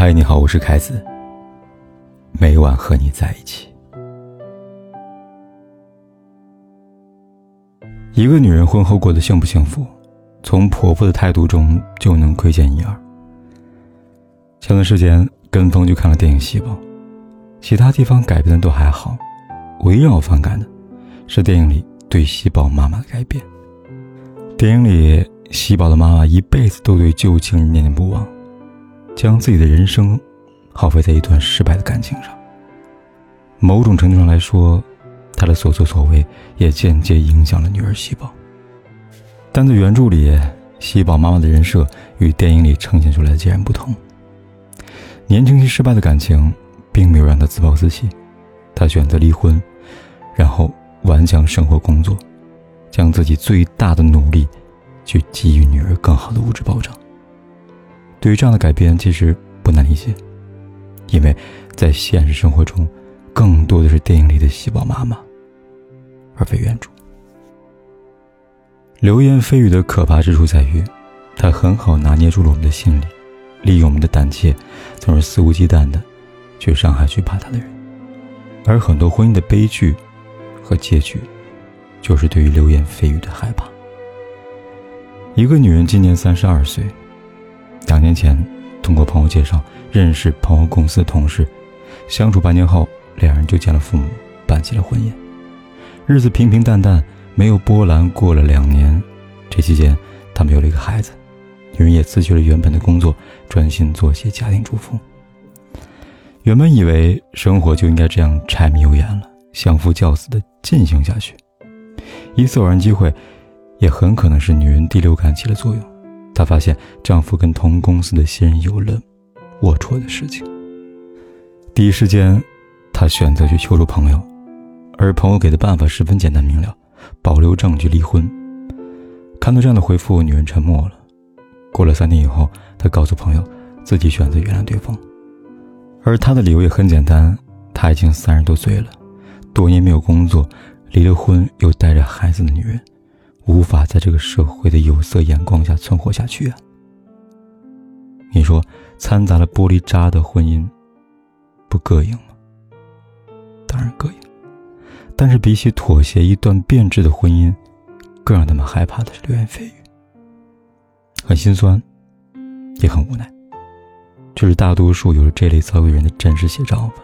嗨，你好，我是凯子，每晚和你在一起。一个女人婚后过得幸不幸福，从婆婆的态度中就能窥见一二。前段时间跟风去看了电影《细胞》，其他地方改编的都还好，唯一让我反感的是电影里对细胞妈妈的改变。电影里细胞的妈妈一辈子都对旧情人念念不忘，将自己的人生耗费在一段失败的感情上。某种程度上来说，她的所作所为也间接影响了女儿细胞。但在原著里，细胞妈妈的人设与电影里呈现出来的截然不同。年轻期失败的感情并没有让她自暴自弃，她选择离婚，然后顽强生活工作，将自己最大的努力去给予女儿更好的物质保障。对于这样的改变其实不难理解，因为在现实生活中更多的是电影里的细胞妈妈，而非原著。流言蜚语的可怕之处在于，它很好拿捏住了我们的心理，利用我们的胆怯，从而肆无忌惮地去伤害惧怕他的人。而很多婚姻的悲剧和结局，就是对于流言蜚语的害怕。一个女人今年32岁，2年前通过朋友介绍认识朋友公司的同事，相处半年后两人就见了父母，办起了婚宴。日子平平淡淡，没有波澜，过了2年，这期间他们有了一个孩子，女人也辞去了原本的工作，专心做些家庭主妇。原本以为生活就应该这样柴米油盐了，相夫教子的进行下去。一次偶然机会，也很可能是女人第六感起了作用，她发现丈夫跟同公司的新人有了龌龊的事情。第一时间她选择去求助朋友，而朋友给的办法十分简单明了，保留证据离婚。看到这样的回复，女人沉默了。过了3天以后，她告诉朋友自己选择原谅对方，而她的理由也很简单，她已经30多岁了，多年没有工作，离了婚又带着孩子的女人，无法在这个社会的有色眼光下存活下去啊。你说掺杂了玻璃渣的婚姻不膈应吗？当然膈应，但是比起妥协一段变质的婚姻，更让他们害怕的是流言蜚语。很心酸，也很无奈，这是大多数有了这类遭遇人的真实写照吧。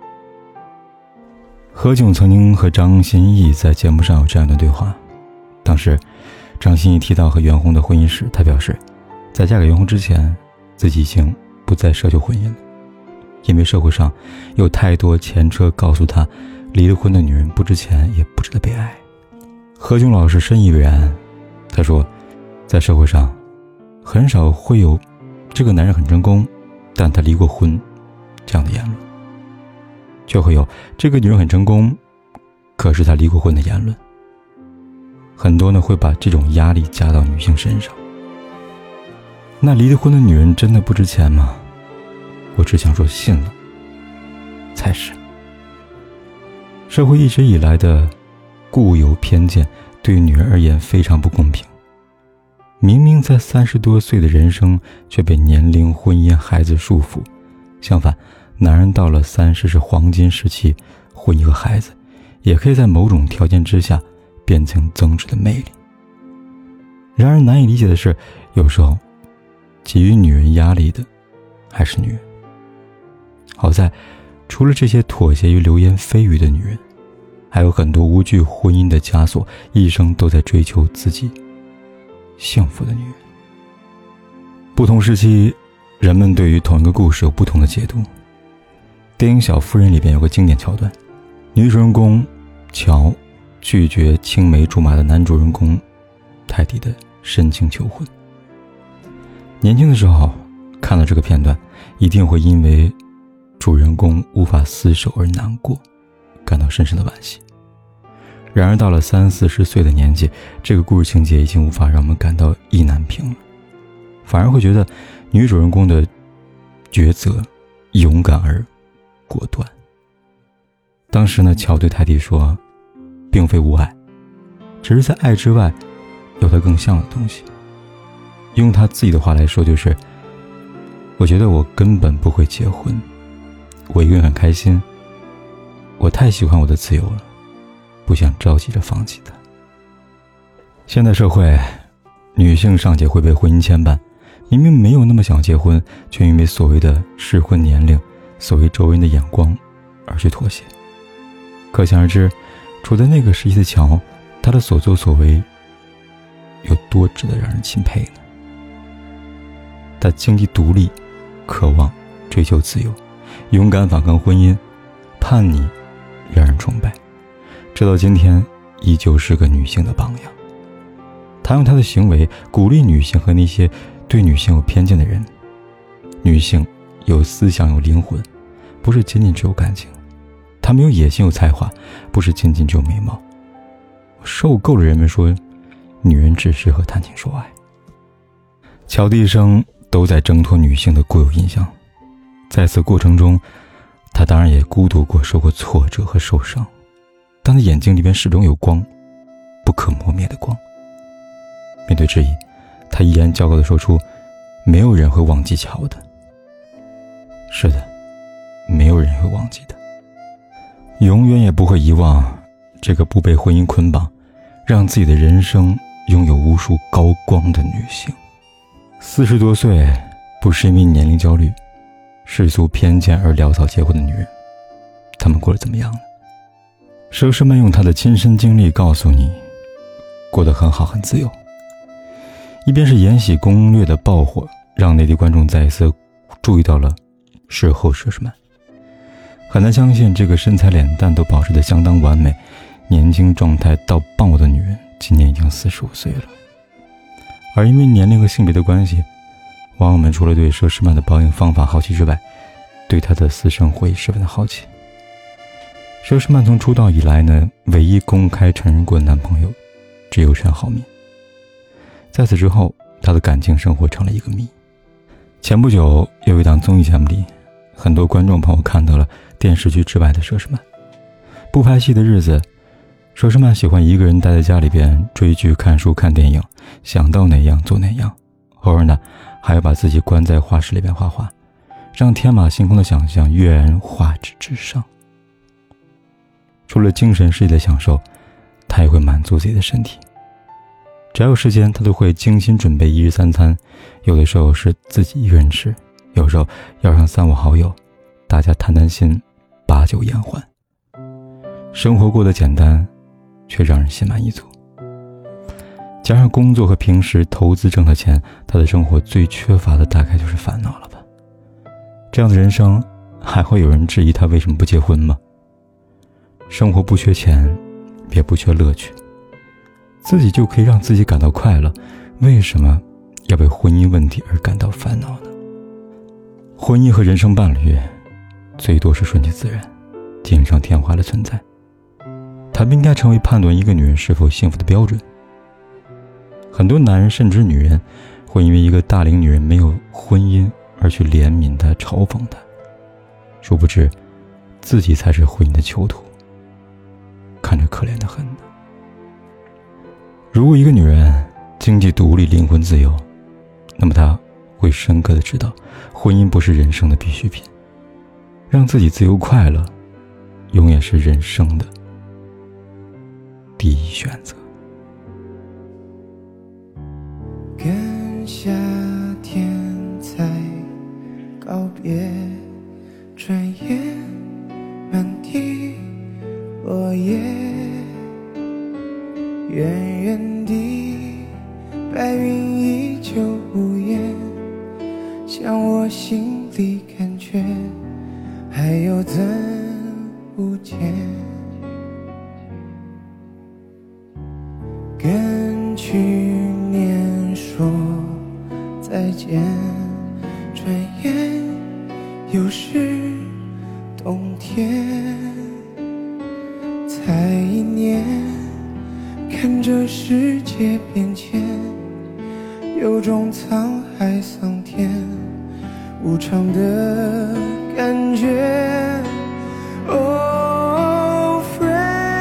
何炅曾经和张歆艺在节目上有这样一段对话，当时张歆艺提到和袁弘的婚姻时，他表示在嫁给袁弘之前，自己已经不再奢求婚姻了，因为社会上有太多前车告诉他，离了婚的女人不值钱，也不值得被爱。何炅老师深以为然，他说在社会上很少会有这个男人很成功，但他离过婚这样的言论，却会有这个女人很成功，可是她离过婚的言论。很多呢会把这种压力加到女性身上。那离了婚的女人真的不值钱吗？我只想说信了才是。社会一直以来的固有偏见对女人而言非常不公平，明明在30多岁的人生却被年龄、婚姻、孩子束缚。相反，男人到了30是黄金时期，婚姻和孩子也可以在某种条件之下变成增值的魅力。然而难以理解的是，有时候给予女人压力的还是女人。好在除了这些妥协于流言蜚语的女人，还有很多无惧婚姻的枷锁，一生都在追求自己幸福的女人。不同时期，人们对于同一个故事有不同的解读。电影《小夫人》里边有个经典桥段，女主人公乔拒绝青梅竹马的男主人公泰迪的深情求婚。年轻的时候看到这个片段，一定会因为主人公无法厮守而难过，感到深深的惋惜。然而到了30-40岁的年纪，这个故事情节已经无法让我们感到意难平了，反而会觉得女主人公的抉择勇敢而果断。当时呢，乔对泰迪说，并非无爱，只是在爱之外有他更像的东西。用他自己的话来说，就是我觉得我根本不会结婚，我一个人很开心，我太喜欢我的自由了，不想着急着放弃它。现代社会，女性尚且会被婚姻牵绊，明明没有那么想结婚，却因为所谓的适婚年龄，所谓周围人的眼光而去妥协。可想而知，处在那个时期的乔，她的所作所为有多值得让人钦佩呢？她经济独立，渴望追求自由，勇敢反抗婚姻，叛逆让人崇拜，直到今天依旧是个女性的榜样。她用她的行为鼓励女性和那些对女性有偏见的人。女性有思想有灵魂，不是仅仅只有感情，她们有野心有才华，不是仅仅只有美貌。我受够了人们说女人只适合谈情说爱。乔的一生都在挣脱女性的固有印象，在此过程中，她当然也孤独过，受过挫折和受伤，但她眼睛里边始终有光，不可磨灭的光。面对质疑，她依然骄傲地说出，没有人会忘记乔的。是的，没有人会忘记的，永远也不会遗忘这个不被婚姻捆绑，让自己的人生拥有无数高光的女性。40多岁不是因为年龄焦虑、世俗偏见而潦草结婚的女人，她们过得怎么样呢？佘诗曼用她的亲身经历告诉你，过得很好很自由。一边是《延禧攻略》的爆火，让内地观众再一次注意到了事后佘诗曼。很难相信这个身材脸蛋都保持得相当完美、年轻状态到爆的女人，今年已经45岁了。而因为年龄和性别的关系，网友们除了对佘诗曼的保养方法好奇之外，对她的私生活也十分的好奇。佘诗曼从出道以来呢，唯一公开承认过男朋友只有单浩民。在此之后，她的感情生活成了一个谜。前不久有一档综艺节目里，很多观众朋友看到了电视剧之外的佘诗曼。不拍戏的日子，佘诗曼喜欢一个人待在家里边追剧、看书、看电影，想到哪样做哪样。偶尔呢，还要把自己关在画室里边画画，让天马行空的想象跃然画纸之上。除了精神世界的享受，她也会满足自己的身体。只要有时间，她都会精心准备一日三餐，有的时候是自己一个人吃，有时候要上3、5好友，大家谈谈心，把酒言欢。生活过得简单，却让人心满意足。加上工作和平时投资挣的钱，她的生活最缺乏的大概就是烦恼了吧。这样的人生，还会有人质疑她为什么不结婚吗？生活不缺钱，也不缺乐趣，自己就可以让自己感到快乐，为什么要为婚姻问题而感到烦恼呢？婚姻和人生伴侣最多是顺其自然、锦上添花的存在，它不应该成为判断一个女人是否幸福的标准。很多男人甚至女人会因为一个大龄女人没有婚姻而去怜悯她、嘲讽她，殊不知自己才是婚姻的囚徒，看着可怜得很呢。如果一个女人经济独立、灵魂自由，那么她会深刻地知道，婚姻不是人生的必需品，让自己自由快乐永远是人生的第一选择。 跟夏天在告别，转眼满地落叶，远远地白云依旧无言，像我心里感觉还有增无减。跟去年说再见，转眼又是冬天。才1年，看着世界变迁，有种沧海桑田无常的感觉。Oh friend，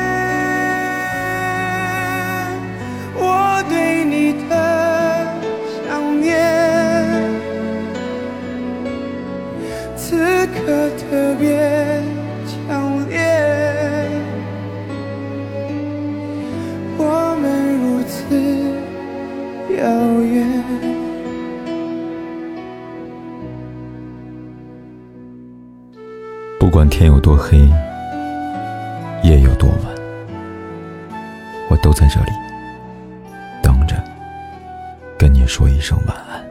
我对你的想念此刻特别强烈，我们如此遥远。 不管天有多黑，夜有多晚，我都在这里等着跟你说一声晚安。